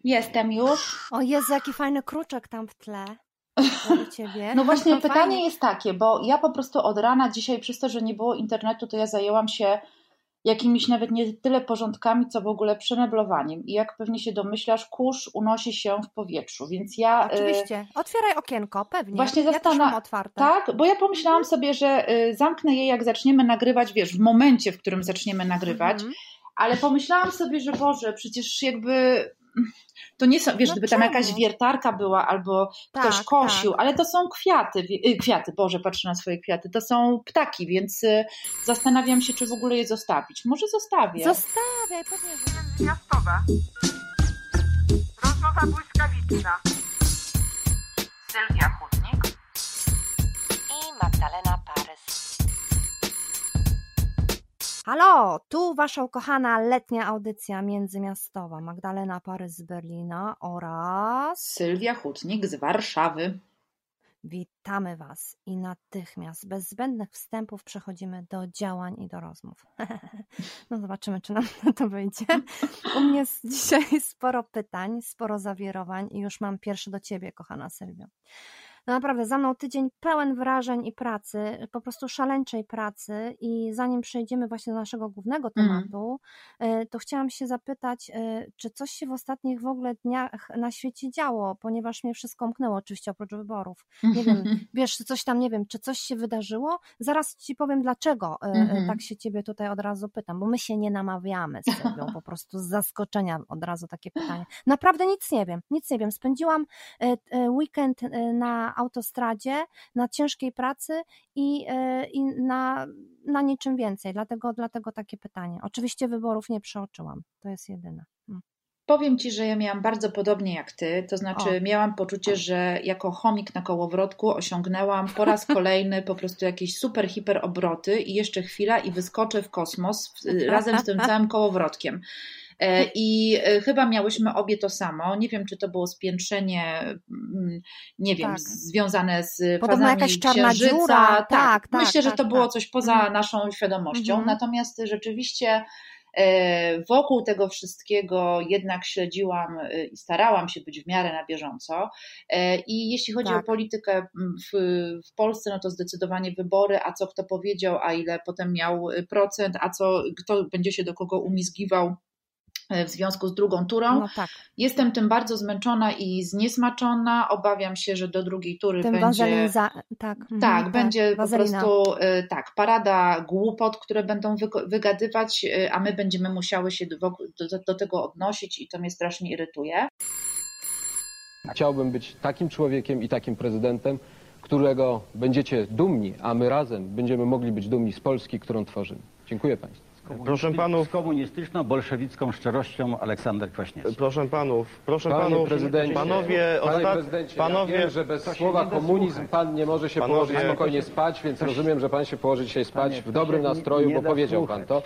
Jestem już. O Jezu, jaki fajny kruczek tam w tle. Do ciebie. No właśnie pytanie fajnie. jest takie, bo ja po prostu od rana dzisiaj przez to, że nie było internetu, to ja zajęłam się jakimiś nawet nie tyle porządkami, co w ogóle przemeblowaniem. I jak pewnie się domyślasz, kurz unosi się w powietrzu, więc ja... Oczywiście. Otwieraj okienko, pewnie. Właśnie ja też mam otwarte. Tak, bo ja pomyślałam sobie, że zamknę je, jak zaczniemy nagrywać, wiesz, w momencie, w którym zaczniemy nagrywać, ale pomyślałam sobie, że Boże, przecież jakby... To nie są, wiesz, gdyby tam jakaś wiertarka była albo ktoś kosił, ale to są kwiaty, Boże, patrzę na swoje kwiaty, to są ptaki, więc zastanawiam się, czy w ogóle je zostawić. Może zostawię. Zostawiaj, pewnie. Miastowa. Rozmowa błyskawiczna. Sylwia Chudnik i Magdalena Parys. Halo, tu wasza ukochana letnia audycja międzymiastowa. Magdalena Parys z Berlina oraz Sylwia Chudnik z Warszawy. Witamy was i natychmiast, bez zbędnych wstępów, przechodzimy do działań i do rozmów. No zobaczymy, czy nam to wyjdzie. U mnie jest dzisiaj sporo pytań, sporo zawirowań i już mam pierwsze do ciebie, kochana Sylwio. No naprawdę, za mną tydzień pełen wrażeń i pracy, po prostu szaleńczej pracy i zanim przejdziemy właśnie do naszego głównego tematu, to chciałam się zapytać, czy coś się w ostatnich w ogóle dniach na świecie działo, ponieważ mnie wszystko umknęło, oczywiście oprócz wyborów. Nie wiem, wiesz, coś tam, nie wiem, czy coś się wydarzyło? Zaraz ci powiem dlaczego, tak się ciebie tutaj od razu pytam, bo my się nie namawiamy z Sylwią, po prostu z zaskoczenia od razu takie pytanie. Naprawdę nic nie wiem. Spędziłam weekend na autostradzie, na ciężkiej pracy i na niczym więcej. Dlatego takie pytanie. Oczywiście wyborów nie przeoczyłam. To jest jedyne. Powiem Ci, że ja miałam bardzo podobnie jak Ty, to znaczy miałam poczucie, że jako chomik na kołowrotku osiągnęłam po raz kolejny po prostu jakieś super, hiper obroty i jeszcze chwila i wyskoczę w kosmos razem z tym całym kołowrotkiem. I chyba miałyśmy obie to samo. Nie wiem, czy to było spiętrzenie, nie wiem, związane z podobno fazami jakaś czarna księżyca. Dziura. Tak, myślę, że to było coś poza naszą świadomością. Natomiast rzeczywiście wokół tego wszystkiego jednak śledziłam i starałam się być w miarę na bieżąco. I jeśli chodzi o politykę w Polsce, no to zdecydowanie wybory, a co kto powiedział, a ile potem miał procent, a kto będzie się do kogo umizgiwał w związku z drugą turą. No tak. Jestem tym bardzo zmęczona i zniesmaczona. Obawiam się, że do drugiej tury będzie będzie wazelina. Po prostu parada głupot, które będą wygadywać, a my będziemy musiały się do tego odnosić i to mnie strasznie irytuje. Chciałbym być takim człowiekiem i takim prezydentem, którego będziecie dumni, a my razem będziemy mogli być dumni z Polski, którą tworzymy. Dziękuję Państwu. Proszę panów, z komunistyczną, bolszewicką szczerością Aleksander Kwaśniewski. Proszę panów, prezydencie, panowie, wiem, że bez słowa komunizm pan nie może się położyć spokojnie spać, więc rozumiem, że pan się położy dzisiaj spać w dobrym nastroju, bo powiedział pan to.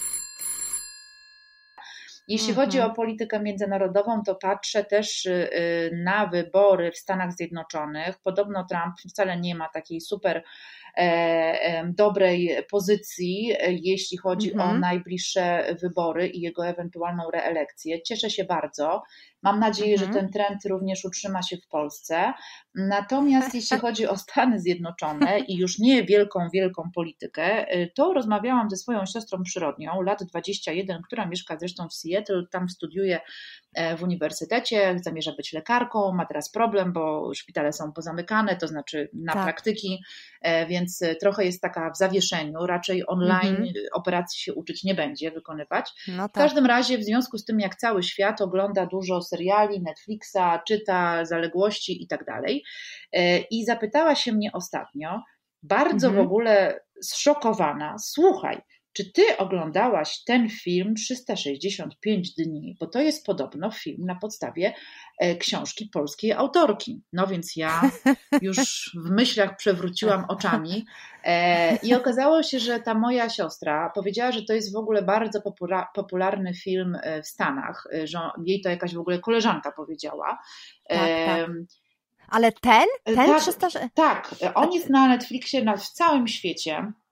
Jeśli chodzi o politykę międzynarodową, to patrzę też na wybory w Stanach Zjednoczonych. Podobno Trump wcale nie ma takiej super dobrej pozycji, jeśli chodzi o najbliższe wybory i jego ewentualną reelekcję. Cieszę się bardzo. Mam nadzieję, że ten trend również utrzyma się w Polsce. Natomiast jeśli chodzi o Stany Zjednoczone i już nie wielką politykę, to rozmawiałam ze swoją siostrą przyrodnią, lat 21, która mieszka zresztą w Seattle, tam studiuje w uniwersytecie, zamierza być lekarką, ma teraz problem, bo szpitale są pozamykane, to znaczy na praktyki, więc trochę jest taka w zawieszeniu, raczej online operacji się uczyć nie będzie wykonywać. No w każdym razie w związku z tym, jak cały świat ogląda dużo seriali, Netflixa, czyta zaległości i tak dalej, i zapytała się mnie ostatnio, bardzo w ogóle zszokowana, słuchaj, czy ty oglądałaś ten film 365 dni? Bo to jest podobno film na podstawie książki polskiej autorki. No więc ja już w myślach przewróciłam oczami i okazało się, że ta moja siostra powiedziała, że to jest w ogóle bardzo popularny film w Stanach, że jej to jakaś w ogóle koleżanka powiedziała. Tak. Ale ten? Tak, on jest na Netflixie w całym świecie.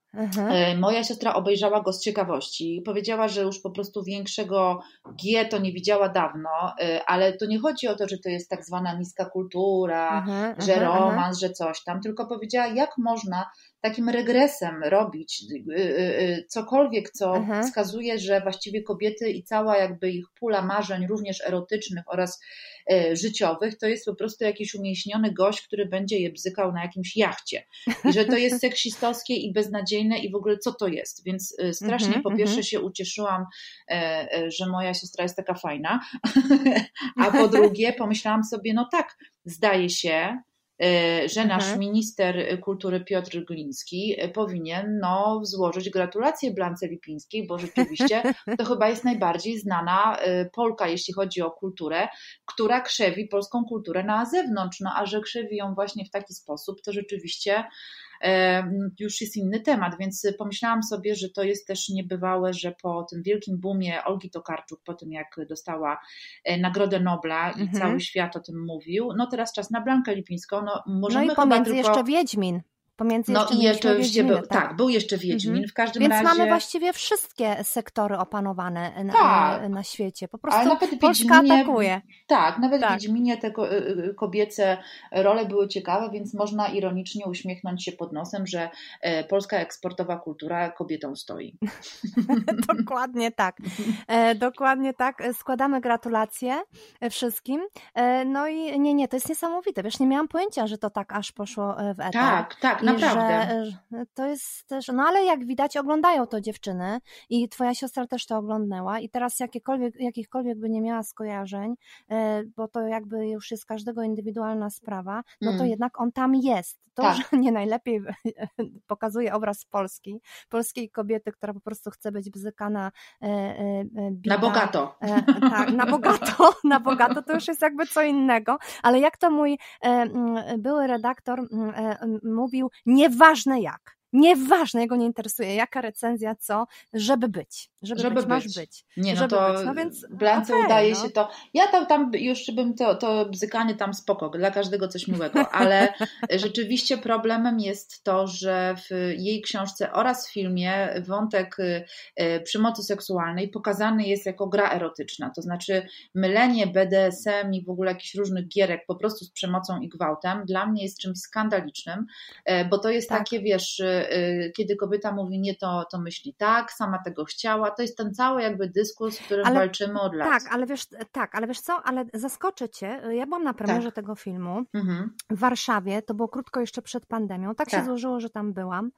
Moja siostra obejrzała go z ciekawości. Powiedziała, że już po prostu większego G to nie widziała dawno, ale to nie chodzi o to, że to jest tak zwana niska kultura, że romans, że coś tam, tylko powiedziała, jak można takim regresem robić cokolwiek, co wskazuje, że właściwie kobiety i cała jakby ich pula marzeń, również erotycznych oraz życiowych, to jest po prostu jakiś umięśniony gość, który będzie je bzykał na jakimś jachcie. I że to jest seksistowskie i beznadziejne i w ogóle co to jest. Więc strasznie po pierwsze się ucieszyłam, że moja siostra jest taka fajna, a po drugie pomyślałam sobie, no tak, zdaje się, że nasz minister kultury Piotr Gliński powinien złożyć gratulacje Blance Lipińskiej, bo rzeczywiście to chyba jest najbardziej znana Polka, jeśli chodzi o kulturę, która krzewi polską kulturę na zewnątrz, a że krzewi ją właśnie w taki sposób, to rzeczywiście już jest inny temat, więc pomyślałam sobie, że to jest też niebywałe, że po tym wielkim boomie Olgi Tokarczuk, po tym jak dostała Nagrodę Nobla i cały świat o tym mówił, teraz czas na Blankę Lipińską. Możemy i pomiędzy jeszcze Wiedźmin. Był jeszcze Wiedźmin. W każdym Więc razie... mamy właściwie wszystkie sektory opanowane na świecie. Po prostu Polska atakuje. Tak, nawet w Wiedźminie te kobiece role były ciekawe, więc można ironicznie uśmiechnąć się pod nosem, że polska eksportowa kultura kobietom stoi. Dokładnie tak. Dokładnie tak. Składamy gratulacje wszystkim. No i nie, to jest niesamowite. Wiesz, nie miałam pojęcia, że to tak aż poszło w eter. Tak, naprawdę. Że to jest też, ale jak widać oglądają to dziewczyny i twoja siostra też to oglądnęła i teraz jakichkolwiek by nie miała skojarzeń, bo to jakby już jest każdego indywidualna sprawa, to jednak on tam jest. To, że nie najlepiej pokazuje obraz polskiej kobiety, która po prostu chce być bzykana bita. Na bogato. Tak, na bogato to już jest jakby co innego, ale jak to mój były redaktor mówił, nieważne jak. Nieważne, jego nie interesuje, jaka recenzja, co, żeby być. Żeby być. Masz być. Nie, żeby to być. Więc Blance udaje się to. Ja tam już bym to bzykanie tam spoko, dla każdego coś miłego, ale rzeczywiście problemem jest to, że w jej książce oraz w filmie wątek przemocy seksualnej pokazany jest jako gra erotyczna, to znaczy mylenie BDSM i w ogóle jakichś różnych gierek po prostu z przemocą i gwałtem dla mnie jest czymś skandalicznym, bo to jest takie, wiesz, kiedy kobieta mówi nie, to myśli tak, sama tego chciała, to jest ten cały jakby dyskurs, w którym walczymy od lat. Ale wiesz co, ale zaskoczę cię, ja byłam na premierze tego filmu w Warszawie, to było krótko jeszcze przed pandemią, tak się złożyło, że tam byłam.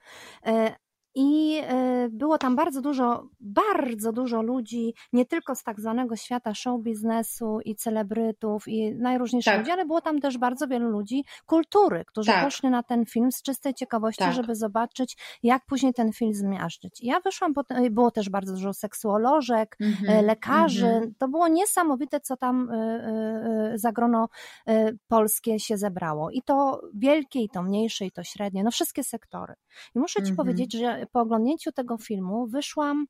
I było tam bardzo dużo ludzi, nie tylko z tak zwanego świata show biznesu i celebrytów i najróżniejszych ludzi, ale było tam też bardzo wielu ludzi kultury, którzy poszli na ten film z czystej ciekawości, żeby zobaczyć, jak później ten film zmiażdżyć. Ja wyszłam, było też bardzo dużo seksuolożek, lekarzy, to było niesamowite, co tam za grono polskie się zebrało. I to wielkie, i to mniejsze, i to średnie, wszystkie sektory. I muszę ci powiedzieć, że po oglądnięciu tego filmu wyszłam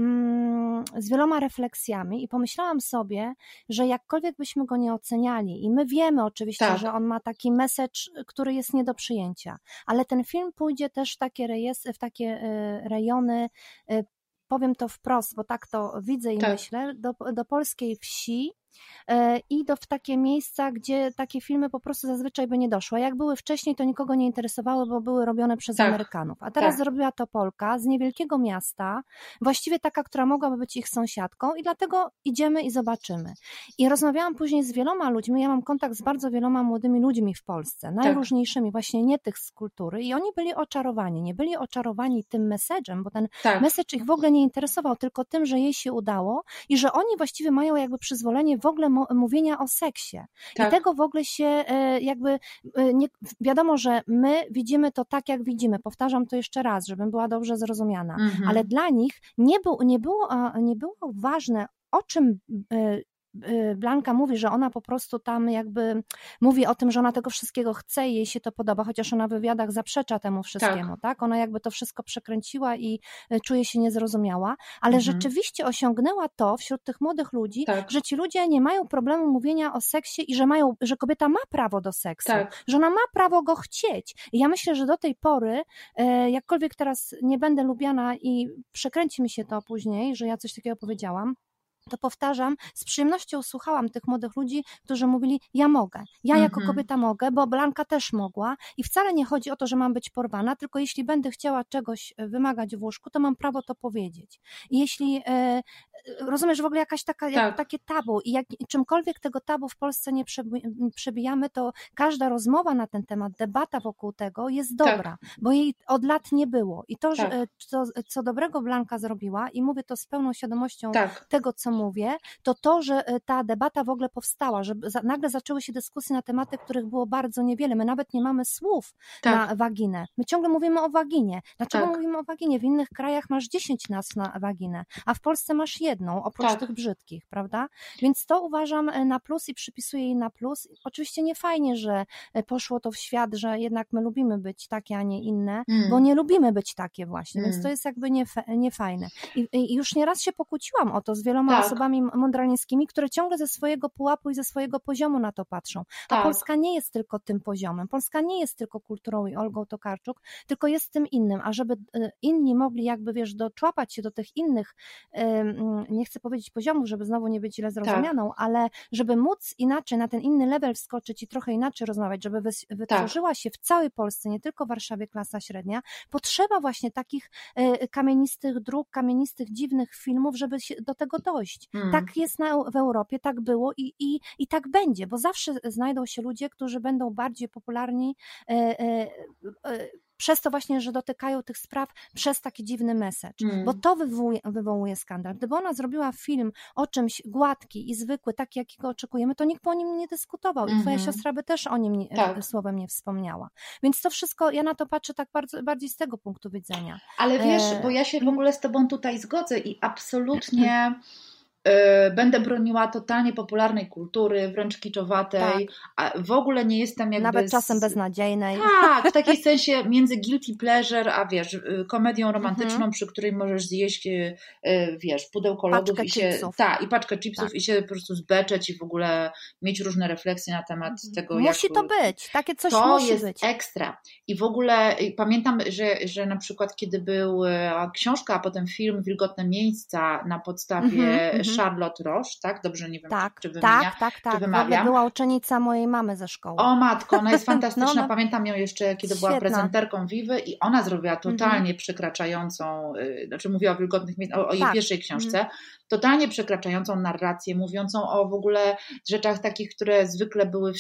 z wieloma refleksjami i pomyślałam sobie, że jakkolwiek byśmy go nie oceniali i my wiemy oczywiście, że on ma taki message, który jest nie do przyjęcia, ale ten film pójdzie też w takie rejony, powiem to wprost, bo tak to widzę i myślę, do polskiej wsi, i w takie miejsca, gdzie takie filmy po prostu zazwyczaj by nie doszły. A jak były wcześniej, to nikogo nie interesowało, bo były robione przez Amerykanów. A teraz zrobiła to Polka z niewielkiego miasta, właściwie taka, która mogłaby być ich sąsiadką i dlatego idziemy i zobaczymy. I rozmawiałam później z wieloma ludźmi, ja mam kontakt z bardzo wieloma młodymi ludźmi w Polsce, najróżniejszymi, właśnie nie tych z kultury i oni byli oczarowani. Nie byli oczarowani tym message'em, bo ten message ich w ogóle nie interesował, tylko tym, że jej się udało i że oni właściwie mają jakby przyzwolenie w ogóle mówienia o seksie. I tego w ogóle się jakby, nie, wiadomo, że my widzimy to tak, jak widzimy. Powtarzam to jeszcze raz, żebym była dobrze zrozumiana. Ale dla nich nie było ważne, o czym Blanka mówi, że ona po prostu tam jakby mówi o tym, że ona tego wszystkiego chce i jej się to podoba, chociaż ona w wywiadach zaprzecza temu wszystkiemu, tak? Ona jakby to wszystko przekręciła i czuje się niezrozumiała, ale rzeczywiście osiągnęła to wśród tych młodych ludzi, że ci ludzie nie mają problemu mówienia o seksie i że kobieta ma prawo do seksu, że ona ma prawo go chcieć. I ja myślę, że do tej pory, jakkolwiek teraz nie będę lubiana i przekręci mi się to później, że ja coś takiego powiedziałam, to powtarzam, z przyjemnością słuchałam tych młodych ludzi, którzy mówili, ja mogę, ja jako kobieta mogę, bo Blanka też mogła i wcale nie chodzi o to, że mam być porwana, tylko jeśli będę chciała czegoś wymagać w łóżku, to mam prawo to powiedzieć. I jeśli, rozumiesz, w ogóle jakaś takie tabu i czymkolwiek tego tabu w Polsce nie przebijamy, to każda rozmowa na ten temat, debata wokół tego jest dobra, bo jej od lat nie było. I to, że co dobrego Blanka zrobiła i mówię to z pełną świadomością tego, co mówię, to, że ta debata w ogóle powstała, że nagle zaczęły się dyskusje na tematy, których było bardzo niewiele. My nawet nie mamy słów na waginę. My ciągle mówimy o waginie. Dlaczego mówimy o waginie? W innych krajach masz 10 nazw na waginę, a w Polsce masz jedną, oprócz tych brzydkich, prawda? Więc to uważam na plus i przypisuję jej na plus. Oczywiście nie fajnie, że poszło to w świat, że jednak my lubimy być takie, a nie inne, bo nie lubimy być takie właśnie, więc to jest jakby niefajne. I już nieraz się pokłóciłam o to z wieloma osobami mądralińskimi, które ciągle ze swojego pułapu i ze swojego poziomu na to patrzą. A Polska nie jest tylko tym poziomem. Polska nie jest tylko Kulturą i Olgą Tokarczuk, tylko jest tym innym. A żeby inni mogli jakby, wiesz, doczłapać się do tych innych, nie chcę powiedzieć poziomów, żeby znowu nie być źle zrozumianą, ale żeby móc inaczej na ten inny level wskoczyć i trochę inaczej rozmawiać, żeby wytworzyła się w całej Polsce, nie tylko w Warszawie klasa średnia, potrzeba właśnie takich kamienistych dróg, kamienistych, dziwnych filmów, żeby się do tego dojść. Tak jest w Europie, tak było i tak będzie, bo zawsze znajdą się ludzie, którzy będą bardziej popularni przez to właśnie, że dotykają tych spraw przez taki dziwny message, bo to wywołuje skandal. Gdyby ona zrobiła film o czymś gładki i zwykły, taki jakiego oczekujemy, to nikt by o nim nie dyskutował i twoja siostra by też o nim słowem nie wspomniała. Więc to wszystko, ja na to patrzę tak bardziej z tego punktu widzenia. Ale wiesz, bo ja się w ogóle z tobą tutaj zgodzę i absolutnie będę broniła totalnie popularnej kultury, wręcz kiczowatej, a w ogóle nie jestem jakby... Nawet czasem beznadziejnej. Tak, w takiej sensie między guilty pleasure, a wiesz, komedią romantyczną, przy której możesz zjeść, wiesz, pudełko lodów i paczkę chipsów i się po prostu zbeczeć i w ogóle mieć różne refleksje na temat tego, musi to być, takie coś to musi jest być. Ekstra. I w ogóle pamiętam, że na przykład kiedy była książka, a potem film Wilgotne miejsca na podstawie Charlotte Roche, tak? Dobrze, nie wiem, czy wymienia, czy wymawiam. Była uczennica mojej mamy ze szkoły. O matko, ona jest fantastyczna. Pamiętam ją jeszcze, kiedy była prezenterką Vivy i ona zrobiła totalnie przekraczającą, znaczy mówiła o Wilgotnych miejscach, o jej pierwszej książce, totalnie przekraczającą narrację, mówiącą o w ogóle rzeczach takich, które zwykle były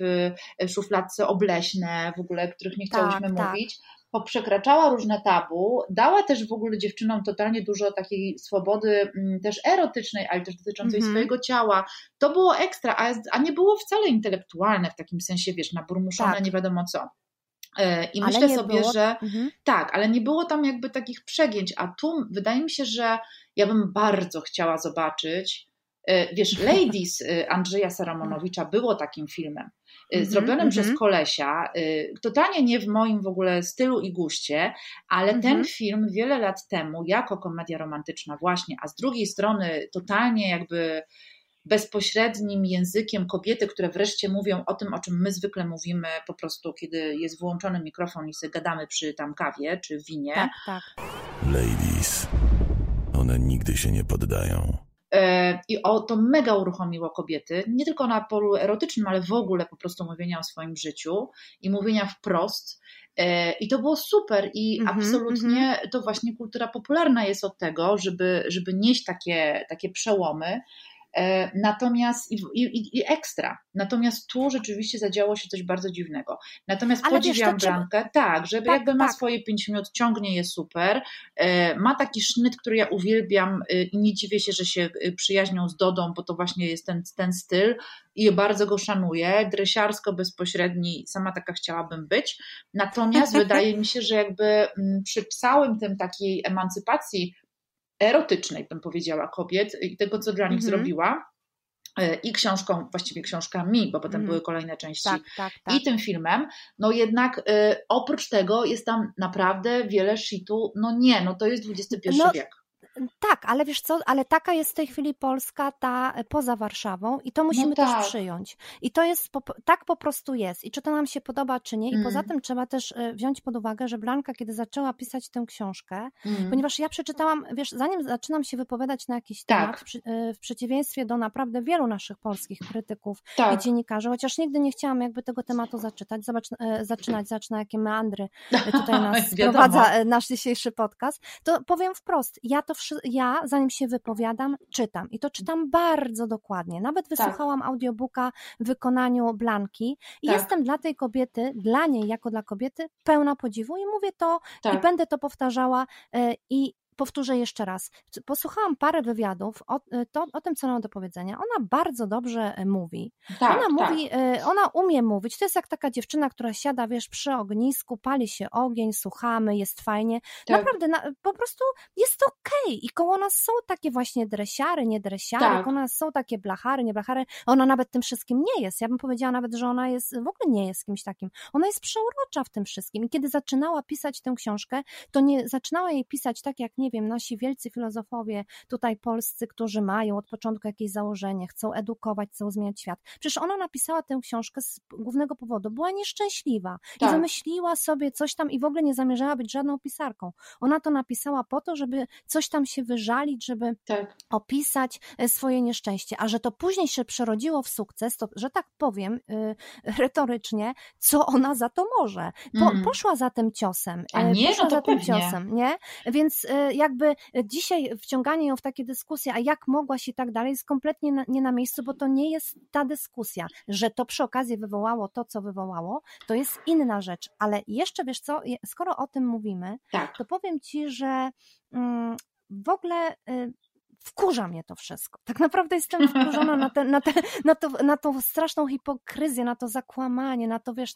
w szufladce obleśne, w ogóle, których nie chciałyśmy mówić. Poprzekraczała różne tabu, dała też w ogóle dziewczynom totalnie dużo takiej swobody też erotycznej, ale też dotyczącej swojego ciała. To było ekstra, a nie było wcale intelektualne w takim sensie, wiesz, naburmuszone nie wiadomo co. I myślę sobie, że tak, ale nie było tam jakby takich przegięć, a tu wydaje mi się, że ja bym bardzo chciała zobaczyć, wiesz, Ladies Andrzeja Saramonowicza było takim filmem, zrobionym przez kolesia, totalnie nie w moim w ogóle stylu i guście, ale ten film wiele lat temu jako komedia romantyczna właśnie, a z drugiej strony totalnie jakby bezpośrednim językiem kobiety, które wreszcie mówią o tym, o czym my zwykle mówimy po prostu, kiedy jest włączony mikrofon i sobie gadamy przy tam kawie czy winie. Tak, tak. Ladies, one nigdy się nie poddają. I to mega uruchomiło kobiety, nie tylko na polu erotycznym, ale w ogóle po prostu mówienia o swoim życiu i mówienia wprost. I to było super i absolutnie to właśnie kultura popularna jest od tego, żeby nieść takie przełomy. Natomiast i ekstra. Natomiast tu rzeczywiście zadziało się coś bardzo dziwnego. Natomiast podziwiam Blankę, tak, żeby jakby ma swoje 5 minut, ciągnie je super. Ma taki sznyt, który ja uwielbiam i nie dziwię się, że się przyjaźnią z Dodą, bo to właśnie jest ten styl i bardzo go szanuję. Dresiarsko, bezpośredni, sama taka chciałabym być. Natomiast wydaje mi się, że jakby przy całym tym takiej emancypacji erotycznej, bym powiedziała, kobiet i tego, co dla nich zrobiła, i książką, właściwie książkami, bo potem były kolejne części, tak. i tym filmem, no jednak oprócz tego jest tam naprawdę wiele shitu, to jest XXI wiek. Tak, ale wiesz co, ale taka jest w tej chwili Polska, ta poza Warszawą i to musimy też przyjąć. I to jest, tak po prostu jest. I czy to nam się podoba, czy nie. I poza tym trzeba też wziąć pod uwagę, że Blanka, kiedy zaczęła pisać tę książkę, ponieważ ja przeczytałam, wiesz, zanim zaczynam się wypowiadać na jakiś temat, w przeciwieństwie do naprawdę wielu naszych polskich krytyków i dziennikarzy, chociaż nigdy nie chciałam jakby tego tematu zaczynać, jakie meandry tutaj nas prowadza nasz dzisiejszy podcast, to powiem wprost, ja, zanim się wypowiadam, czytam. I to czytam bardzo dokładnie. Nawet wysłuchałam audiobooka w wykonaniu Blanki i jestem dla tej kobiety, dla niej jako dla kobiety pełna podziwu i mówię to i będę to powtarzała i powtórzę jeszcze raz. Posłuchałam parę wywiadów o tym, co ona ma do powiedzenia. Ona bardzo dobrze mówi. Ona umie mówić. To jest jak taka dziewczyna, która siada, wiesz, przy ognisku, pali się ogień, słuchamy, jest fajnie. Naprawdę, po prostu jest okej. I koło nas są takie właśnie dresiary, nie dresiary, koło nas są takie blachary, nie blachary. Ona nawet tym wszystkim nie jest. Ja bym powiedziała nawet, że ona jest, w ogóle nie jest kimś takim. Ona jest przeurocza w tym wszystkim. I kiedy zaczynała pisać tę książkę, to nie zaczynała jej pisać tak, jak nie wiem, nasi wielcy filozofowie tutaj polscy, którzy mają od początku jakieś założenie, chcą edukować, chcą zmieniać świat. Przecież ona napisała tę książkę z głównego powodu. Była nieszczęśliwa i wymyśliła sobie coś tam i w ogóle nie zamierzała być żadną pisarką. Ona to napisała po to, żeby coś tam się wyżalić, żeby opisać swoje nieszczęście. A że to później się przerodziło w sukces, to, że tak powiem retorycznie, co ona za to może? Poszła za tym ciosem. Poszła za tym ciosem, nie? Więc jakby dzisiaj wciąganie ją w takie dyskusje, a jak mogłaś i tak dalej, jest kompletnie nie na miejscu, bo to nie jest ta dyskusja. Że to przy okazji wywołało to, co wywołało, to jest inna rzecz. Ale jeszcze wiesz co, skoro o tym mówimy, to powiem ci, że w ogóle wkurza mnie to wszystko. Tak naprawdę jestem wkurzona na tą straszną hipokryzję, na to zakłamanie, na to, wiesz,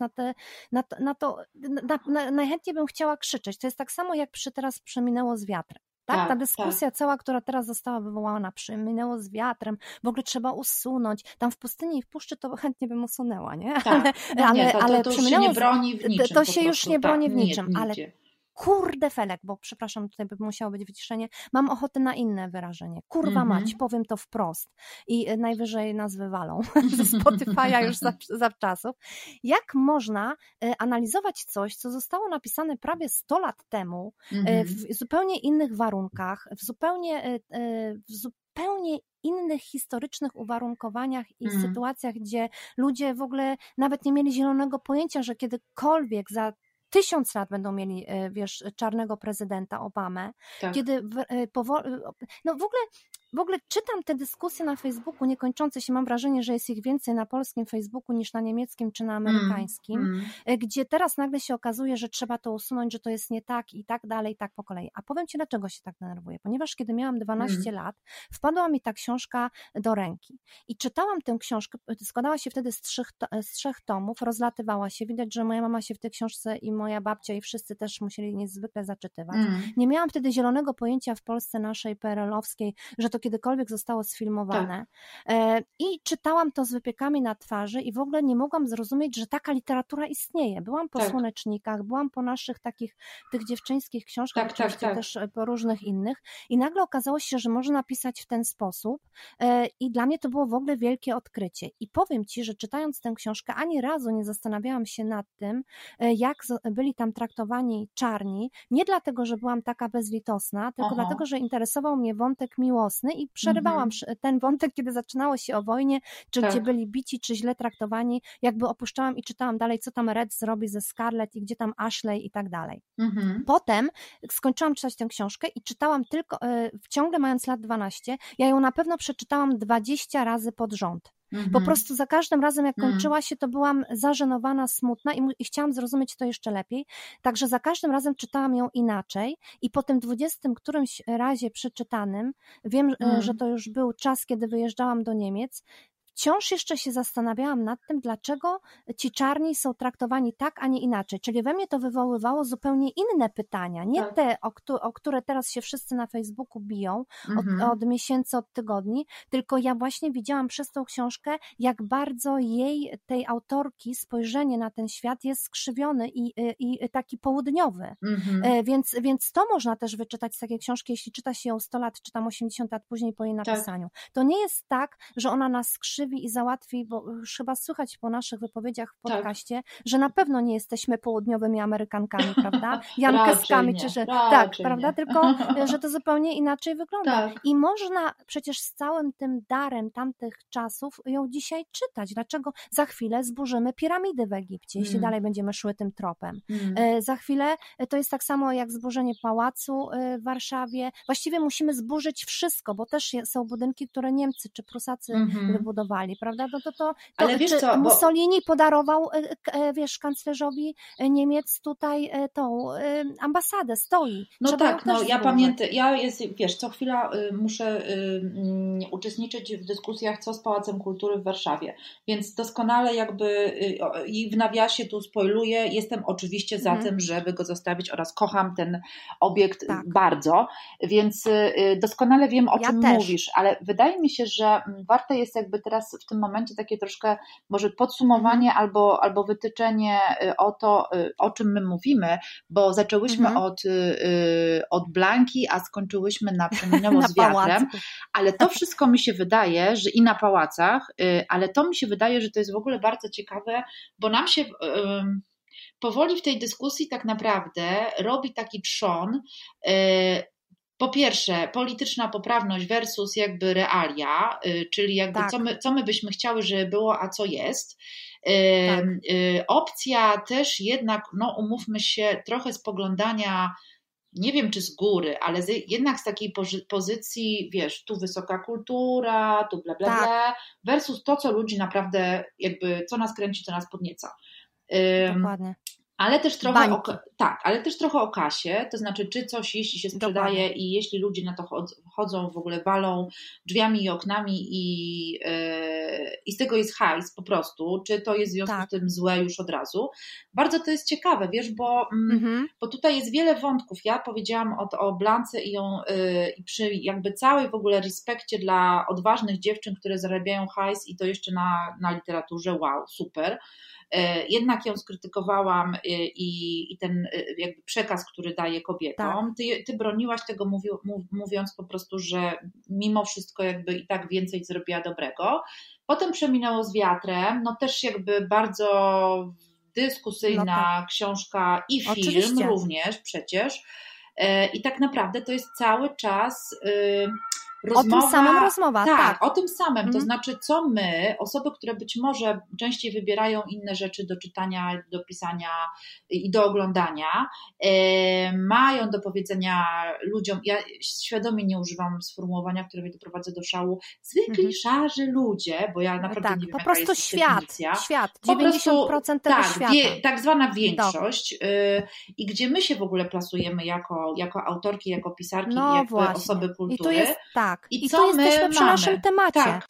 najchętniej bym chciała krzyczeć. To jest tak samo, jak teraz przeminęło z wiatrem. Tak? Ta dyskusja cała, która teraz została wywołana, minęło z wiatrem, w ogóle trzeba usunąć. Tam w pustyni i w puszczy to chętnie bym usunęła, nie? Ale to już się nie broni w niczym. To się już nie broni w niczym, ale kurde felek, bo przepraszam, tutaj by musiało być wyciszenie, mam ochotę na inne wyrażenie. Kurwa mać, powiem to wprost i najwyżej nas wywalą ze Spotify'a już zawczasów. Jak można analizować coś, co zostało napisane prawie 100 lat temu, w zupełnie innych warunkach, w zupełnie innych historycznych uwarunkowaniach i sytuacjach, gdzie ludzie w ogóle nawet nie mieli zielonego pojęcia, że kiedykolwiek za 1000 lat będą mieli, wiesz, czarnego prezydenta Obamę, kiedy w ogóle czytam te dyskusje na Facebooku niekończące się, mam wrażenie, że jest ich więcej na polskim Facebooku niż na niemieckim czy na amerykańskim, gdzie teraz nagle się okazuje, że trzeba to usunąć, że to jest nie tak i tak dalej, tak po kolei. A powiem ci, dlaczego się tak denerwuję. Ponieważ kiedy miałam 12 lat, wpadła mi ta książka do ręki i czytałam tę książkę, składała się wtedy z trzech tomów, rozlatywała się, widać, że moja mama się w tej książce i moja babcia i wszyscy też musieli niezwykle zaczytywać. Nie miałam wtedy zielonego pojęcia w Polsce naszej PRL-owskiej, że to kiedykolwiek zostało sfilmowane. I czytałam to z wypiekami na twarzy i w ogóle nie mogłam zrozumieć, że taka literatura istnieje. Byłam po Słonecznikach, byłam po naszych tych dziewczyńskich książkach, oczywiście też po różnych innych i nagle okazało się, że można napisać w ten sposób i dla mnie to było w ogóle wielkie odkrycie. I powiem ci, że czytając tę książkę ani razu nie zastanawiałam się nad tym, jak byli tam traktowani czarni, nie dlatego, że byłam taka bezlitosna, tylko dlatego, że interesował mnie wątek miłosny i przerywałam ten wątek, kiedy zaczynało się o wojnie, czy gdzie byli bici, czy źle traktowani, jakby opuszczałam i czytałam dalej, co tam Red zrobi ze Scarlett i gdzie tam Ashley i tak dalej. Potem skończyłam czytać tę książkę i czytałam tylko, ciągle mając lat 12, ja ją na pewno przeczytałam 20 razy pod rząd. Po prostu za każdym razem, jak kończyła się, to byłam zażenowana, smutna i chciałam zrozumieć to jeszcze lepiej. Także za każdym razem czytałam ją inaczej i po tym 20 którymś razie przeczytanym, wiem, że to już był czas, kiedy wyjeżdżałam do Niemiec, wciąż jeszcze się zastanawiałam nad tym, dlaczego ci czarni są traktowani tak, a nie inaczej. Czyli we mnie to wywoływało zupełnie inne pytania, nie te, o które teraz się wszyscy na Facebooku biją od miesięcy, od tygodni, tylko ja właśnie widziałam przez tą książkę, jak bardzo tej autorki, spojrzenie na ten świat jest skrzywiony i taki południowy. Więc to można też wyczytać z takiej książki, jeśli czyta się ją 100 lat, czy tam 80 lat później po jej napisaniu. To nie jest tak, że ona nas skrzywi i załatwi, bo już chyba słychać po naszych wypowiedziach w podcaście, że na pewno nie jesteśmy południowymi Amerykankami, prawda? Jankeskami, czy że prawda? Nie. Tylko, że to zupełnie inaczej wygląda. I można przecież z całym tym darem tamtych czasów ją dzisiaj czytać. Dlaczego za chwilę zburzymy piramidy w Egipcie, jeśli dalej będziemy szły tym tropem. Za chwilę to jest tak samo jak zburzenie pałacu w Warszawie. Właściwie musimy zburzyć wszystko, bo też są budynki, które Niemcy czy Prusacy wybudowali, prawda? Ale wiesz co, Mussolini podarował, kanclerzowi Niemiec tutaj tą ambasadę, stoi. Ja pamiętam, wiesz, co chwila muszę uczestniczyć w dyskusjach, co z Pałacem Kultury w Warszawie, więc doskonale jakby i w nawiasie tu spoiluję, jestem oczywiście za tym, żeby go zostawić oraz kocham ten obiekt bardzo, więc doskonale wiem, o czym mówisz, ale wydaje mi się, że warte jest jakby teraz w tym momencie takie troszkę może podsumowanie albo wytyczenie o to, o czym my mówimy, bo zaczęłyśmy od Blanki, a skończyłyśmy na Przeminęło z wiatrem, ale to wszystko mi się wydaje, że i na pałacach, ale to mi się wydaje, że to jest w ogóle bardzo ciekawe, bo nam się powoli w tej dyskusji tak naprawdę robi taki trzon, po pierwsze polityczna poprawność versus jakby realia, czyli jakby co my byśmy chciały, żeby było, a co jest. Opcja też jednak, umówmy się, trochę spoglądania, nie wiem czy z góry, ale jednak z takiej pozycji, wiesz, tu wysoka kultura, tu bla bla bla, versus to, co ludzi naprawdę jakby, co nas kręci, co nas podnieca. Dokładnie. Ale też trochę o kasie, to znaczy czy coś, jeśli się sprzedaje i jeśli ludzie na to chodzą, w ogóle walą drzwiami i oknami i z tego jest hajs po prostu, czy to jest w związku z tym złe już od razu. Bardzo to jest ciekawe, wiesz, bo tutaj jest wiele wątków. Ja powiedziałam o Blance i przy jakby całej w ogóle respekcie dla odważnych dziewczyn, które zarabiają hajs i to jeszcze na literaturze, wow, super. Jednak ją skrytykowałam i ten jakby przekaz, który daje kobietom. Ty broniłaś tego mówiąc po prostu, że mimo wszystko jakby i tak więcej zrobiła dobrego. Potem Przeminęło z wiatrem, też jakby bardzo dyskusyjna książka i film również przecież. I tak naprawdę to jest cały czas rozmowa, o tym samym rozmowa. Tak, o tym samym. To znaczy, co my, osoby, które być może częściej wybierają inne rzeczy do czytania, do pisania i do oglądania, mają do powiedzenia ludziom, ja świadomie nie używam sformułowania, które mnie doprowadza do szału, zwykli szarzy ludzie, bo ja naprawdę nie wiem, po prostu jest definicja. Świat, 90% tego świata. Tak zwana większość i gdzie my się w ogóle plasujemy jako autorki, jako pisarki i jakby osoby kultury. I tu jest I tu jesteśmy przy naszym temacie. Tak.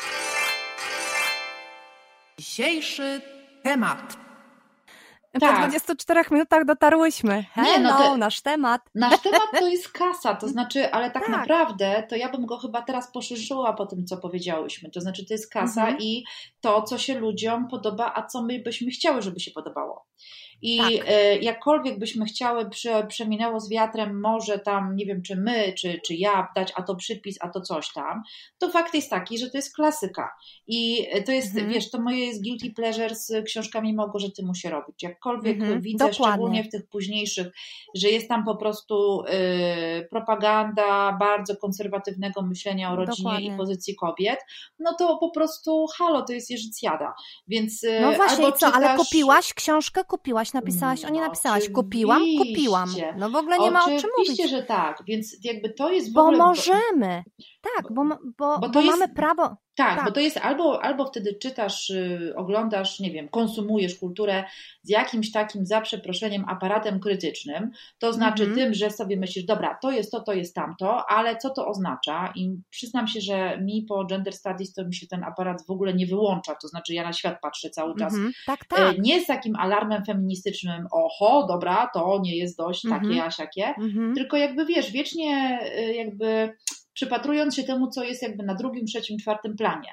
Dzisiejszy temat. Po 24 minutach dotarłyśmy. Nasz temat. Nasz temat to jest kasa, to znaczy, ale tak naprawdę to ja bym go chyba teraz poszerzyła po tym, co powiedziałyśmy. To znaczy, to jest kasa i to, co się ludziom podoba, a co my byśmy chciały, żeby się podobało. I jakkolwiek byśmy chciały Przeminęło z wiatrem, może tam, nie wiem, czy my, czy ja dać, a to przypis, a to coś tam, to fakt jest taki, że to jest klasyka. I to jest, wiesz, to moje jest guilty pleasure z książkami Małgorzaty Musierowicz. Jakkolwiek widzę, szczególnie w tych późniejszych, że jest tam po prostu propaganda bardzo konserwatywnego myślenia o rodzinie i pozycji kobiet, to po prostu to jest jeżycjada. Więc no właśnie, albo czytasz... ale kupiłaś książkę, napisałaś, nie napisałaś, kupiłam. No w ogóle nie ma o czym mówić. Oczywiście, że tak, więc jakby to jest w bo ogóle... możemy, bo to mamy prawo. Tak, bo to jest albo wtedy czytasz, oglądasz, nie wiem, konsumujesz kulturę z jakimś takim, za przeproszeniem, aparatem krytycznym, to znaczy tym, że sobie myślisz, dobra, to jest tamto, ale co to oznacza? I przyznam się, że mi po Gender Studies to mi się ten aparat w ogóle nie wyłącza, to znaczy ja na świat patrzę cały czas, Tak. Nie z takim alarmem feministycznym, oho, dobra, to nie jest dość takie, a siakie, tylko jakby wiesz, wiecznie jakby przypatrując się temu, co jest jakby na drugim, trzecim, czwartym planie.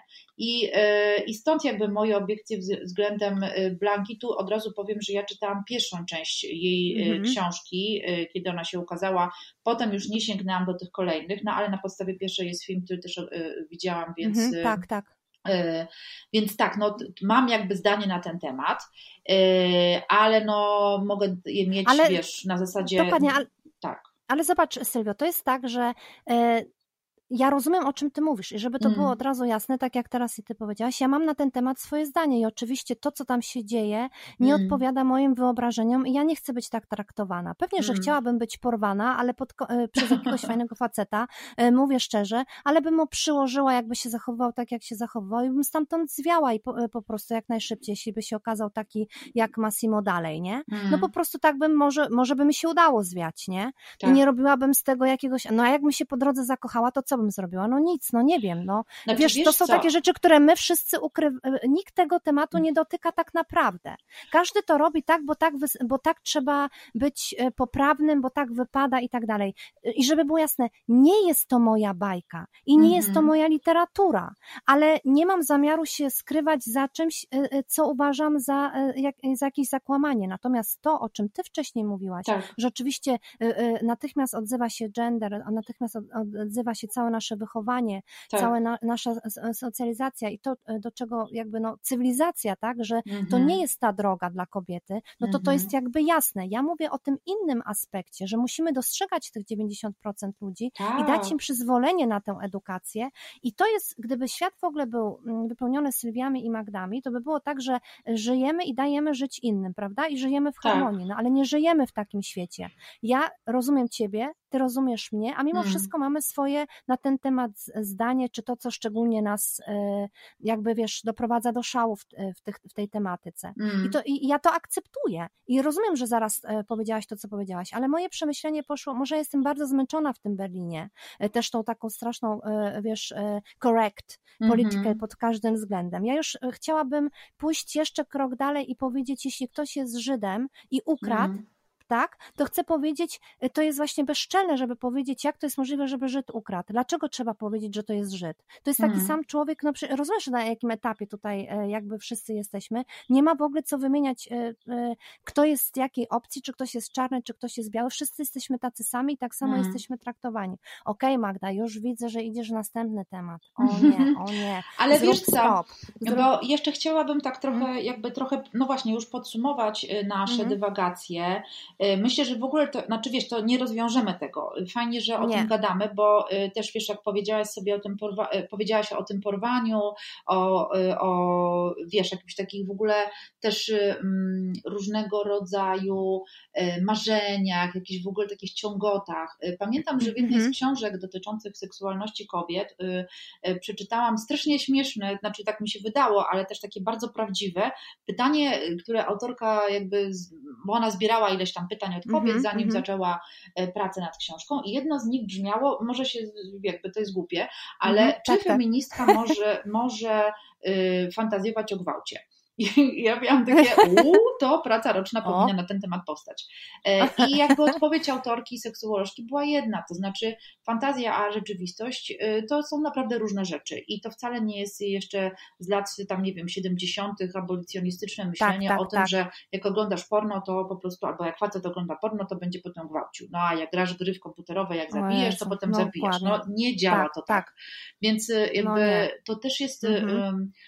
I stąd jakby moje obiekcje względem Blanki. Tu od razu powiem, że ja czytałam pierwszą część jej książki, kiedy ona się ukazała. Potem już nie sięgnęłam do tych kolejnych, no ale na podstawie pierwszej jest film, który też widziałam, więc... Tak. Więc tak, no mam jakby zdanie na ten temat, ale no mogę je mieć, wiesz, na zasadzie... Dokładnie, tak. Ale zobacz, Sylwio, to jest tak, że ja rozumiem, o czym ty mówisz i żeby to było od razu jasne, tak jak teraz i ty powiedziałaś, ja mam na ten temat swoje zdanie i oczywiście to, co tam się dzieje, nie odpowiada moim wyobrażeniom i ja nie chcę być tak traktowana. Pewnie, że chciałabym być porwana, ale przez jakiegoś fajnego faceta, mówię szczerze, ale bym mu przyłożyła, jakby się zachowywał tak, jak się zachowywał i bym stamtąd zwiała i po prostu jak najszybciej, jeśli by się okazał taki jak Massimo dalej, nie? No po prostu tak bym, może by mi się udało zwiać, nie? Tak. I nie robiłabym z tego jakiegoś, no a jakbym się po drodze zakochała, to co bym zrobiła? No nic, no nie wiem, no. Znaczy, wiesz, to są takie rzeczy, które my wszyscy nikt tego tematu nie dotyka tak naprawdę. Każdy to robi tak, bo tak trzeba być poprawnym, bo tak wypada i tak dalej. I żeby było jasne, nie jest to moja bajka i nie jest to moja literatura, ale nie mam zamiaru się skrywać za czymś, co uważam za jakieś zakłamanie. Natomiast to, o czym ty wcześniej mówiłaś, że oczywiście natychmiast odzywa się gender, natychmiast odzywa się całe nasze wychowanie, cała nasza socjalizacja i to, do czego jakby cywilizacja, tak, że to nie jest ta droga dla kobiety, no to jest jakby jasne. Ja mówię o tym innym aspekcie, że musimy dostrzegać tych 90% ludzi i dać im przyzwolenie na tę edukację i to jest, gdyby świat w ogóle był wypełniony Sylwiami i Magdami, to by było tak, że żyjemy i dajemy żyć innym, prawda? I żyjemy w harmonii, no ale nie żyjemy w takim świecie. Ja rozumiem ciebie, ty rozumiesz mnie, a mimo wszystko mamy swoje na ten temat zdanie, czy to, co szczególnie nas jakby, wiesz, doprowadza do szału w tej tematyce. I ja to akceptuję. I rozumiem, że zaraz powiedziałaś to, co powiedziałaś, ale moje przemyślenie poszło, może jestem bardzo zmęczona w tym Berlinie, też tą taką straszną, wiesz, correct politykę pod każdym względem. Ja już chciałabym pójść jeszcze krok dalej i powiedzieć, jeśli ktoś jest Żydem i ukradł, tak, to chcę powiedzieć, to jest właśnie bezczelne, żeby powiedzieć, jak to jest możliwe, żeby Żyd ukradł. Dlaczego trzeba powiedzieć, że to jest Żyd? To jest taki sam człowiek, no rozumiesz, na jakim etapie tutaj jakby wszyscy jesteśmy. Nie ma w ogóle co wymieniać, kto jest z jakiej opcji, czy ktoś jest czarny, czy ktoś jest biały. Wszyscy jesteśmy tacy sami i tak samo jesteśmy traktowani. Okej, Magda, już widzę, że idziesz w następny temat. O nie. Ale Zrób wiesz co, bo jeszcze chciałabym tak trochę, no właśnie, już podsumować nasze dywagacje. Myślę, że w ogóle to, znaczy wiesz, to nie rozwiążemy tego. Fajnie, że o tym gadamy, bo też wiesz, jak powiedziałaś sobie o tym, powiedziałaś o tym porwaniu, o wiesz, jakichś takich w ogóle też różnego rodzaju marzeniach, jakichś w ogóle takich ciągotach. Pamiętam, że w jednej z książek dotyczących seksualności kobiet przeczytałam strasznie śmieszne, znaczy tak mi się wydało, ale też takie bardzo prawdziwe pytanie, które autorka jakby, bo ona zbierała ileś tam pytań od kobiet, zanim zaczęła pracę nad książką i jedno z nich brzmiało, może się jakby to jest głupie, ale czy feministka może fantazjować o gwałcie? I ja miałam takie, to praca roczna powinna na ten temat powstać. I jakby odpowiedź autorki i seksuolożki była jedna, to znaczy fantazja a rzeczywistość to są naprawdę różne rzeczy i to wcale nie jest jeszcze z lat tam, nie wiem, 70. abolicjonistyczne myślenie o tym, że jak oglądasz porno, to po prostu, albo jak facet ogląda porno, to będzie potem gwałcił. No a jak grasz gry komputerowe, jak zabijesz, to potem zabijesz. No nie działa to tak. Więc jakby to też jest...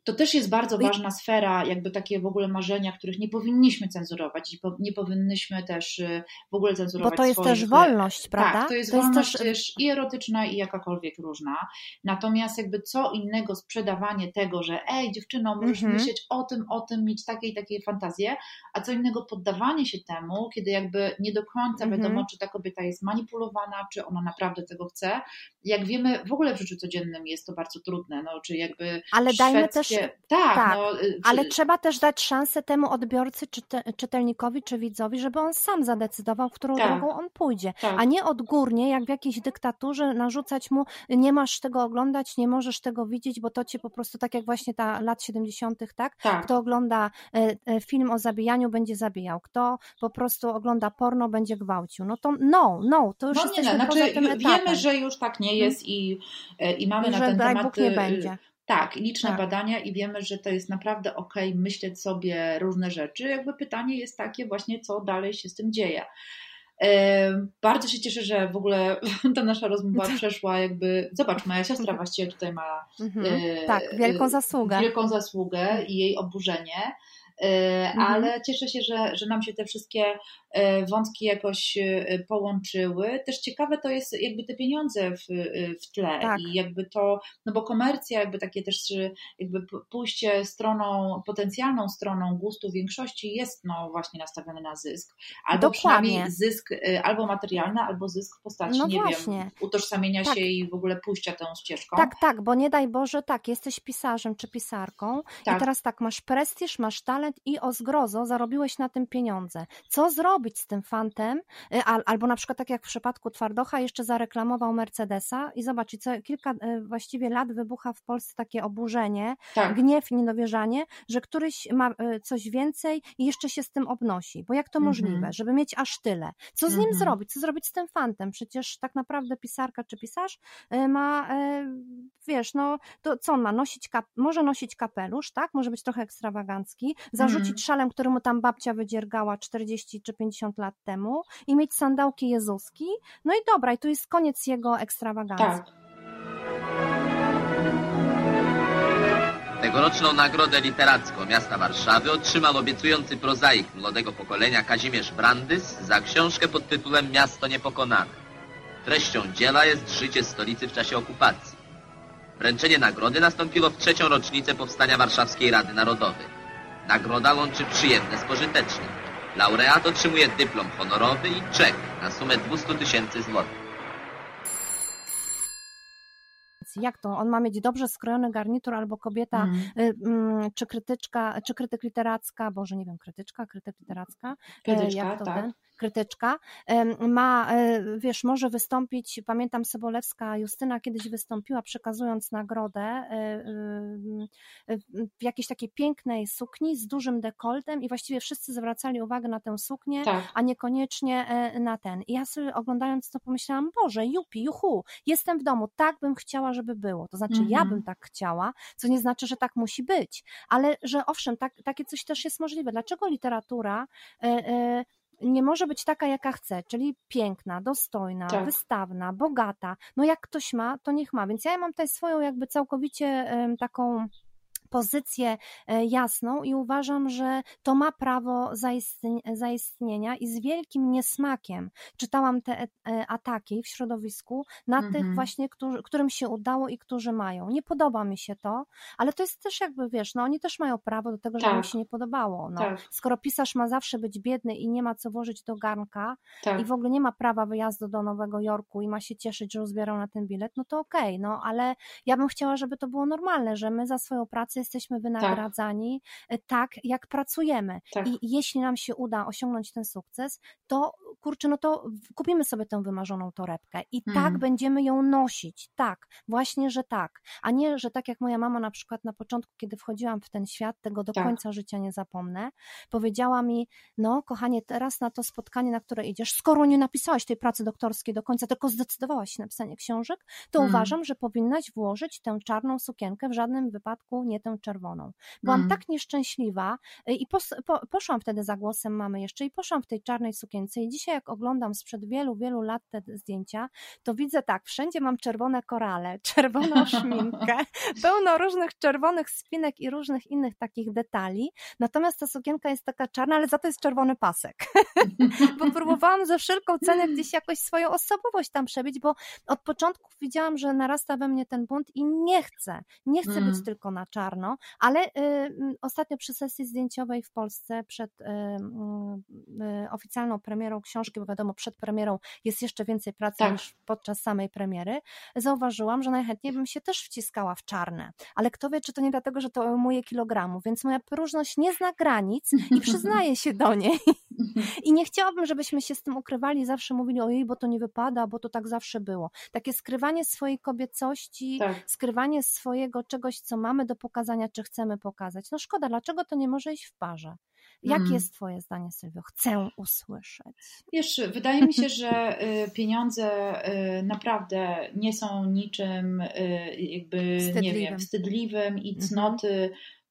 To też jest bardzo ważna sfera, jakby takie w ogóle marzenia, których nie powinniśmy cenzurować i nie powinnyśmy też w ogóle cenzurować. Bo to jest też wolność, prawda? Tak, to jest wolność też i erotyczna, i jakakolwiek różna. Natomiast jakby co innego sprzedawanie tego, że dziewczyno, możesz myśleć o tym, mieć takie i takie fantazje, a co innego poddawanie się temu, kiedy jakby nie do końca wiadomo, czy ta kobieta jest manipulowana, czy ona naprawdę tego chce. Jak wiemy, w ogóle w życiu codziennym jest to bardzo trudne, czy jakby ale dajmy też tak. Ale trzeba też dać szansę temu odbiorcy, czytelnikowi czy widzowi, żeby on sam zadecydował, którą drogą on pójdzie, a nie odgórnie, jak w jakiejś dyktaturze, narzucać mu, nie masz tego oglądać, nie możesz tego widzieć, bo to cię po prostu, tak jak właśnie ta lat 70., tak? Kto ogląda film o zabijaniu, będzie zabijał. Kto po prostu ogląda porno, będzie gwałcił. No to to już jesteśmy poza tym etapem. Wiemy, że już tak nie jest i mamy na ten temat... Bóg nie będzie. Tak, liczne badania i wiemy, że to jest naprawdę okej myśleć sobie różne rzeczy. Jakby pytanie jest takie właśnie, co dalej się z tym dzieje. Bardzo się cieszę, że w ogóle ta nasza rozmowa przeszła jakby... Zobacz, moja siostra właściwie tutaj ma wielką zasługę i jej oburzenie. Ale cieszę się, że nam się te wszystkie wątki jakoś połączyły. Też ciekawe to jest jakby te pieniądze w tle i jakby to, bo komercja, jakby takie też jakby pójście potencjalną stroną gustu większości jest właśnie nastawione na zysk. Albo przynajmniej zysk albo materialny, albo zysk w postaci, wiem, utożsamienia się i w ogóle pójścia tą ścieżką. Tak, bo nie daj Boże, jesteś pisarzem czy pisarką i teraz masz prestiż, masz talent i o zgrozo zarobiłeś na tym pieniądze. Co zrobić z tym fantem? Albo na przykład tak jak w przypadku Twardocha jeszcze zareklamował Mercedesa i zobacz, co kilka właściwie lat wybucha w Polsce takie oburzenie, gniew i niedowierzanie, że któryś ma coś więcej i jeszcze się z tym obnosi. Bo jak to możliwe, żeby mieć aż tyle? Co z nim zrobić? Co zrobić z tym fantem? Przecież tak naprawdę pisarka czy pisarz ma, to co on ma? Może nosić kapelusz, tak? Może być trochę ekstrawagancki, zarzucić szalem, który mu tam babcia wydziergała 40 czy 50 lat temu i mieć sandałki jezuski. No i dobra, i tu jest koniec jego ekstrawagancji. Tegoroczną nagrodę literacką miasta Warszawy otrzymał obiecujący prozaik młodego pokolenia Kazimierz Brandys za książkę pod tytułem Miasto Niepokonane. Treścią dzieła jest życie stolicy w czasie okupacji. Wręczenie nagrody nastąpiło w 3. rocznicę powstania Warszawskiej Rady Narodowej. Nagroda łączy przyjemne z pożytecznym. Laureat otrzymuje dyplom honorowy i czek na sumę 200 000 złotych. Jak to? On ma mieć dobrze skrojony garnitur albo kobieta, czy krytyczka, czy krytyk literacka, Boże, nie wiem, krytyk literacka. Jak to tak. Krytyczka, może wystąpić, pamiętam Sobolewska Justyna kiedyś wystąpiła przekazując nagrodę w jakiejś takiej pięknej sukni z dużym dekoltem i właściwie wszyscy zwracali uwagę na tę suknię, a niekoniecznie na ten. I ja sobie oglądając to pomyślałam, Boże, juhu, jestem w domu, tak bym chciała, żeby było. To znaczy ja bym tak chciała, co nie znaczy, że tak musi być, ale że owszem, takie coś też jest możliwe. Dlaczego literatura nie może być taka, jaka chce, czyli piękna, dostojna, wystawna, bogata. No jak ktoś ma, to niech ma. Więc ja mam tutaj swoją jakby całkowicie taką pozycję jasną i uważam, że to ma prawo zaistnienia i z wielkim niesmakiem czytałam te ataki w środowisku na tych właśnie, którym się udało i którzy mają. Nie podoba mi się to, ale to jest też jakby, oni też mają prawo do tego, żeby mi się nie podobało. Skoro pisarz ma zawsze być biedny i nie ma co włożyć do garnka i w ogóle nie ma prawa wyjazdu do Nowego Jorku i ma się cieszyć, że uzbierał na ten bilet, no to okej, ale ja bym chciała, żeby to było normalne, że my za swoją pracę jesteśmy wynagradzani tak, jak pracujemy. I jeśli nam się uda osiągnąć ten sukces, to to kupimy sobie tę wymarzoną torebkę i tak będziemy ją nosić. Tak, właśnie, że tak. A nie, że tak jak moja mama na przykład na początku, kiedy wchodziłam w ten świat, tego do końca życia nie zapomnę, powiedziała mi, kochanie, teraz na to spotkanie, na które idziesz, skoro nie napisałaś tej pracy doktorskiej do końca, tylko zdecydowałaś się na pisanie książek, to uważam, że powinnaś włożyć tę czarną sukienkę, w żadnym wypadku nie tę czerwoną. Byłam tak nieszczęśliwa i poszłam wtedy za głosem mamy jeszcze i poszłam w tej czarnej sukience i dzisiaj dzisiaj jak oglądam sprzed wielu, wielu lat te zdjęcia, to widzę tak, wszędzie mam czerwone korale, czerwoną szminkę, pełno różnych czerwonych spinek i różnych innych takich detali, natomiast ta sukienka jest taka czarna, ale za to jest czerwony pasek, bo próbowałam za wszelką cenę gdzieś jakoś swoją osobowość tam przebić, bo od początku widziałam, że narasta we mnie ten bunt i nie chcę być tylko na czarno, ale ostatnio przy sesji zdjęciowej w Polsce przed oficjalną premierą książki, bo wiadomo, przed premierą jest jeszcze więcej pracy niż podczas samej premiery, zauważyłam, że najchętniej bym się też wciskała w czarne, ale kto wie, czy to nie dlatego, że to ujmuje kilogramów, więc moja próżność nie zna granic i przyznaję się do niej. I nie chciałabym, żebyśmy się z tym ukrywali i zawsze mówili, ojej, bo to nie wypada, bo to tak zawsze było. Takie skrywanie swojej kobiecości, skrywanie swojego czegoś, co mamy do pokazania, czy chcemy pokazać. No szkoda, dlaczego to nie może iść w parze? Jakie jest twoje zdanie, Sylwio? Chcę usłyszeć. Wiesz, wydaje mi się, że pieniądze naprawdę nie są niczym jakby, nie wiem, wstydliwym i cnoty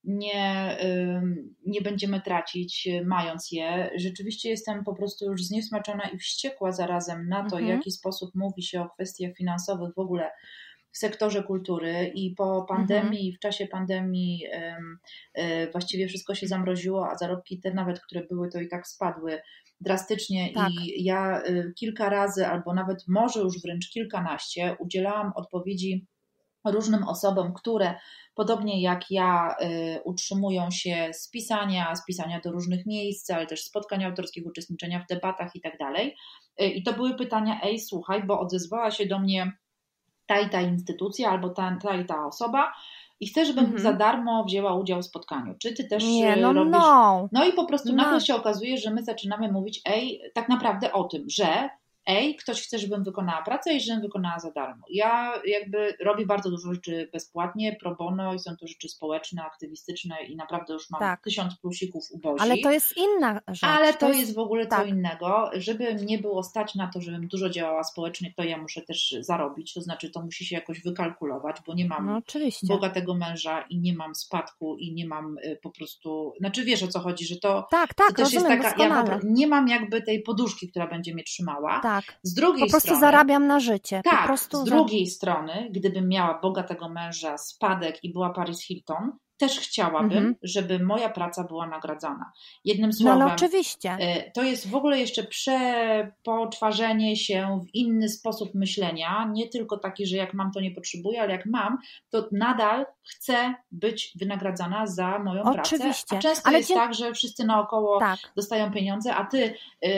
nie będziemy tracić, mając je. Rzeczywiście jestem po prostu już zniesmaczona i wściekła zarazem na to, w jaki sposób mówi się o kwestiach finansowych w ogóle w sektorze kultury i po pandemii, w czasie pandemii właściwie wszystko się zamroziło, a zarobki te nawet, które były, to i tak spadły drastycznie i ja kilka razy, albo nawet może już wręcz kilkanaście udzielałam odpowiedzi różnym osobom, które podobnie jak ja utrzymują się z pisania do różnych miejsc, ale też spotkań autorskich, uczestniczenia w debatach i tak dalej. I to były pytania, słuchaj, bo odezwała się do mnie ta instytucja albo ta osoba i chcę, żebym za darmo wzięła udział w spotkaniu. Czy ty też robisz? No i po prostu nagle się okazuje, że my zaczynamy mówić tak naprawdę o tym, że ktoś chce, żebym wykonała pracę i żebym wykonała za darmo. Ja jakby robię bardzo dużo rzeczy bezpłatnie, pro bono i są to rzeczy społeczne, aktywistyczne i naprawdę już mam 1000 plusików ubozich. Ale to jest inna rzecz. Ale to jest w ogóle co innego. Żeby mnie było stać na to, żebym dużo działała społecznie, to ja muszę też zarobić, to znaczy to musi się jakoś wykalkulować, bo nie mam bogatego męża i nie mam spadku i nie mam po prostu, znaczy wiesz o co chodzi, że to, to też jest taka, ja nie mam jakby tej poduszki, która będzie mnie trzymała. Z drugiej po prostu strony, zarabiam na życie. Tak, po prostu z drugiej strony, gdybym miała bogatego męża, spadek i była Paris Hilton, też chciałabym, żeby moja praca była nagradzana. Jednym słowem, no oczywiście. To jest w ogóle jeszcze przepoczwarzenie się w inny sposób myślenia, nie tylko taki, że jak mam, to nie potrzebuję, ale jak mam, to nadal chcę być wynagradzana za moją pracę. A często jest tak, że wszyscy naokoło dostają pieniądze, a ty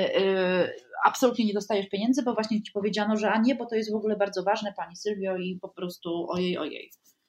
absolutnie nie dostajesz pieniędzy, bo właśnie ci powiedziano, że nie, bo to jest w ogóle bardzo ważne, pani Sylwio, i po prostu ojej.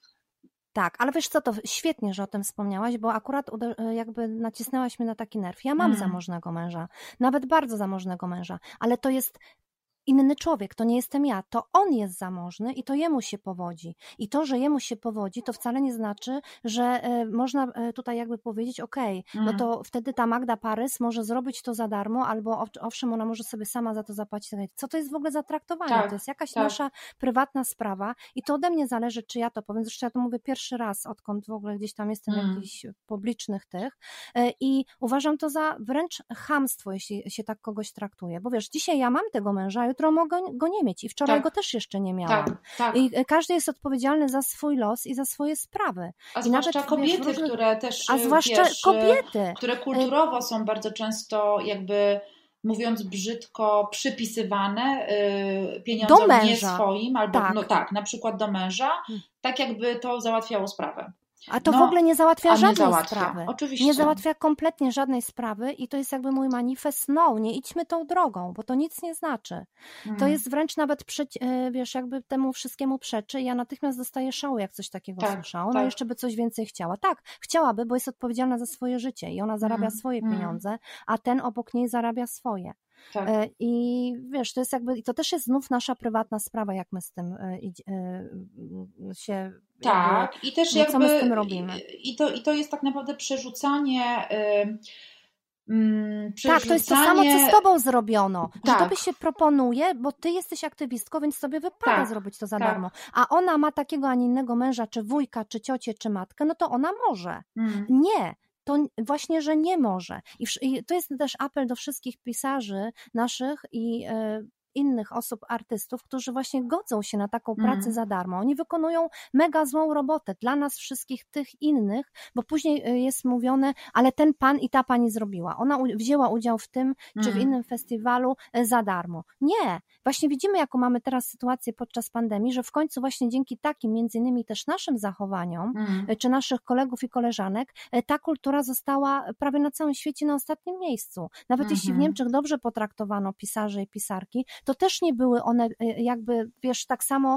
Tak, ale wiesz co, to świetnie, że o tym wspomniałaś, bo akurat jakby nacisnęłaś mnie na taki nerw. Ja mam zamożnego męża, nawet bardzo zamożnego męża, ale to jest inny człowiek, to nie jestem ja, to on jest zamożny i to jemu się powodzi. I to, że jemu się powodzi, to wcale nie znaczy, że można tutaj jakby powiedzieć, no to wtedy ta Magda Parys może zrobić to za darmo, albo owszem, ona może sobie sama za to zapłacić. Co to jest w ogóle za traktowanie? To jest jakaś nasza prywatna sprawa i to ode mnie zależy, czy ja to powiem. Zresztą ja to mówię pierwszy raz, odkąd w ogóle gdzieś tam jestem w jakichś publicznych tych i uważam to za wręcz chamstwo, jeśli się tak kogoś traktuje. Bo wiesz, dzisiaj ja mam tego męża, jutro mogę go nie mieć i wczoraj go też jeszcze nie miałam. I każdy jest odpowiedzialny za swój los i za swoje sprawy. A zwłaszcza kobiety, które też, które kulturowo są bardzo często jakby, mówiąc brzydko, przypisywane pieniądzom nie swoim, albo na przykład do męża, tak jakby to załatwiało sprawę. A to w ogóle nie załatwia żadnej sprawy. Oczywiście. Nie załatwia kompletnie żadnej sprawy i to jest jakby mój manifest, nie idźmy tą drogą, bo to nic nie znaczy. To jest wręcz nawet, wiesz, jakby temu wszystkiemu przeczy i ja natychmiast dostaję szału, jak coś takiego słyszę. Ona jeszcze by coś więcej chciała. Tak, chciałaby, bo jest odpowiedzialna za swoje życie i ona zarabia swoje pieniądze, a ten obok niej zarabia swoje. I wiesz, to jest jakby, i to też jest znów nasza prywatna sprawa, jak my z tym się i też jakby, co my z tym robimy. I to jest tak naprawdę przerzucanie. Tak, to jest to samo, co z tobą zrobiono. Że tobie się proponuje, bo ty jesteś aktywistką, więc sobie wypada zrobić to za darmo. A ona ma takiego, a nie innego męża, czy wujka, czy ciocię, czy matkę, no to ona może. Nie. to właśnie, że nie może. I to jest też apel do wszystkich pisarzy naszych i innych osób, artystów, którzy właśnie godzą się na taką pracę za darmo. Oni wykonują mega złą robotę dla nas wszystkich tych innych, bo później jest mówione, ale ten pan i ta pani zrobiła. Ona wzięła udział w tym czy w innym festiwalu za darmo. Nie. Właśnie widzimy, jaką mamy teraz sytuację podczas pandemii, że w końcu właśnie dzięki takim między innymi też naszym zachowaniom, czy naszych kolegów i koleżanek, ta kultura została prawie na całym świecie na ostatnim miejscu. Nawet jeśli w Niemczech dobrze potraktowano pisarzy i pisarki, to też nie były one jakby, wiesz, tak samo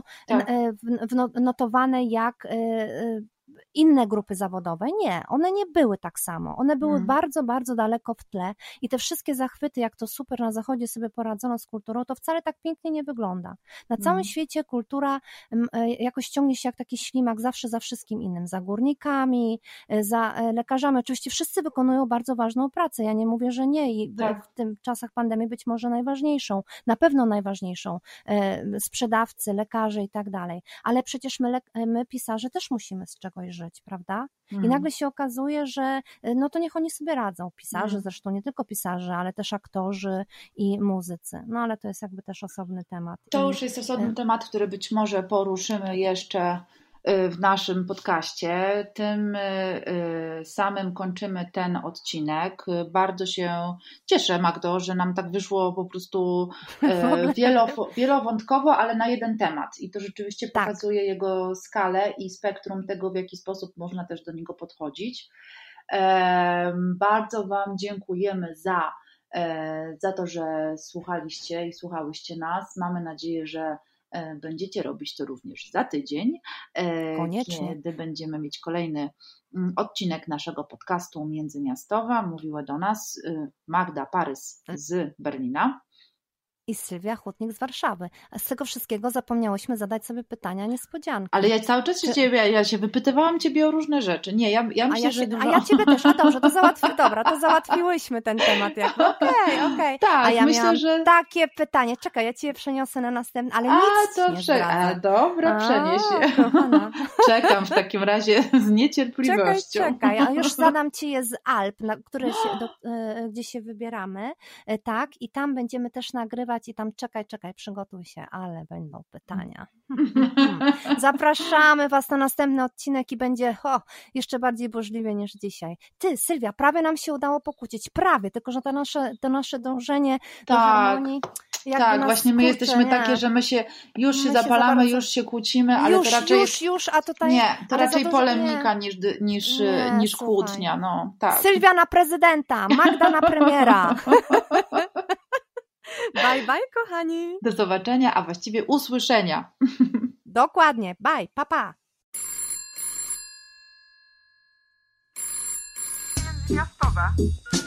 notowane jak inne grupy zawodowe. Nie, one nie były tak samo. One były bardzo, bardzo daleko w tle i te wszystkie zachwyty, jak to super na Zachodzie sobie poradzono z kulturą, to wcale tak pięknie nie wygląda. Na całym świecie kultura jakoś ciągnie się jak taki ślimak zawsze za wszystkim innym. Za górnikami, za lekarzami. Oczywiście wszyscy wykonują bardzo ważną pracę. Ja nie mówię, że nie i w tym czasach pandemii być może najważniejszą, na pewno najważniejszą, sprzedawcy, lekarze i tak dalej. Ale przecież my pisarze też musimy z czegoś żyć, prawda? I nagle się okazuje, że no to niech oni sobie radzą. Pisarze, zresztą nie tylko pisarze, ale też aktorzy i muzycy. No ale to jest jakby też osobny temat. To już jest osobny temat, który być może poruszymy jeszcze w naszym podcaście. Tym samym kończymy ten odcinek. Bardzo się cieszę, Magdo, że nam tak wyszło po prostu wielowątkowo, ale na jeden temat. I to rzeczywiście pokazuje jego skalę i spektrum tego, w jaki sposób można też do niego podchodzić. Bardzo Wam dziękujemy za to, że słuchaliście i słuchałyście nas. Mamy nadzieję, że będziecie robić to również za tydzień, koniecznie, kiedy będziemy mieć kolejny odcinek naszego podcastu Międzymiastowa. Mówiła do nas Magda Parys z Berlina i Sylwia Hutnik z Warszawy. A z tego wszystkiego zapomniałyśmy zadać sobie pytania niespodzianki. Ale ja cały czas ja się wypytywałam Ciebie o różne rzeczy. Nie, ja myślę, że A ja Ciebie też, dobrze, to załatwiłyśmy ten temat. Okej. Tak, a ja myślę, miałam że takie pytanie. Czekaj, ja Cię przeniosę na następne, ale nic nie zdradzę. Dobra, przenieś się. Czekam w takim razie z niecierpliwością. Czekaj, a już zadam Ci je z Alp, gdzie się wybieramy, tak, i tam będziemy też nagrywać i tam czekaj, przygotuj się, ale będą pytania. Zapraszamy Was na następny odcinek i będzie jeszcze bardziej burzliwie niż dzisiaj. Ty, Sylwia, prawie nam się udało pokłócić, prawie, tylko że to nasze dążenie do harmonii. Tak, właśnie my jesteśmy takie, że my się zapalamy, już się kłócimy, ale to raczej a tutaj nie, to raczej polemika niż kłótnia. No, tak. Sylwia na prezydenta, Magda na premiera. Bye, bye, kochani. Do zobaczenia, a właściwie usłyszenia. Dokładnie. Bye, pa, pa. Międzymiastowa.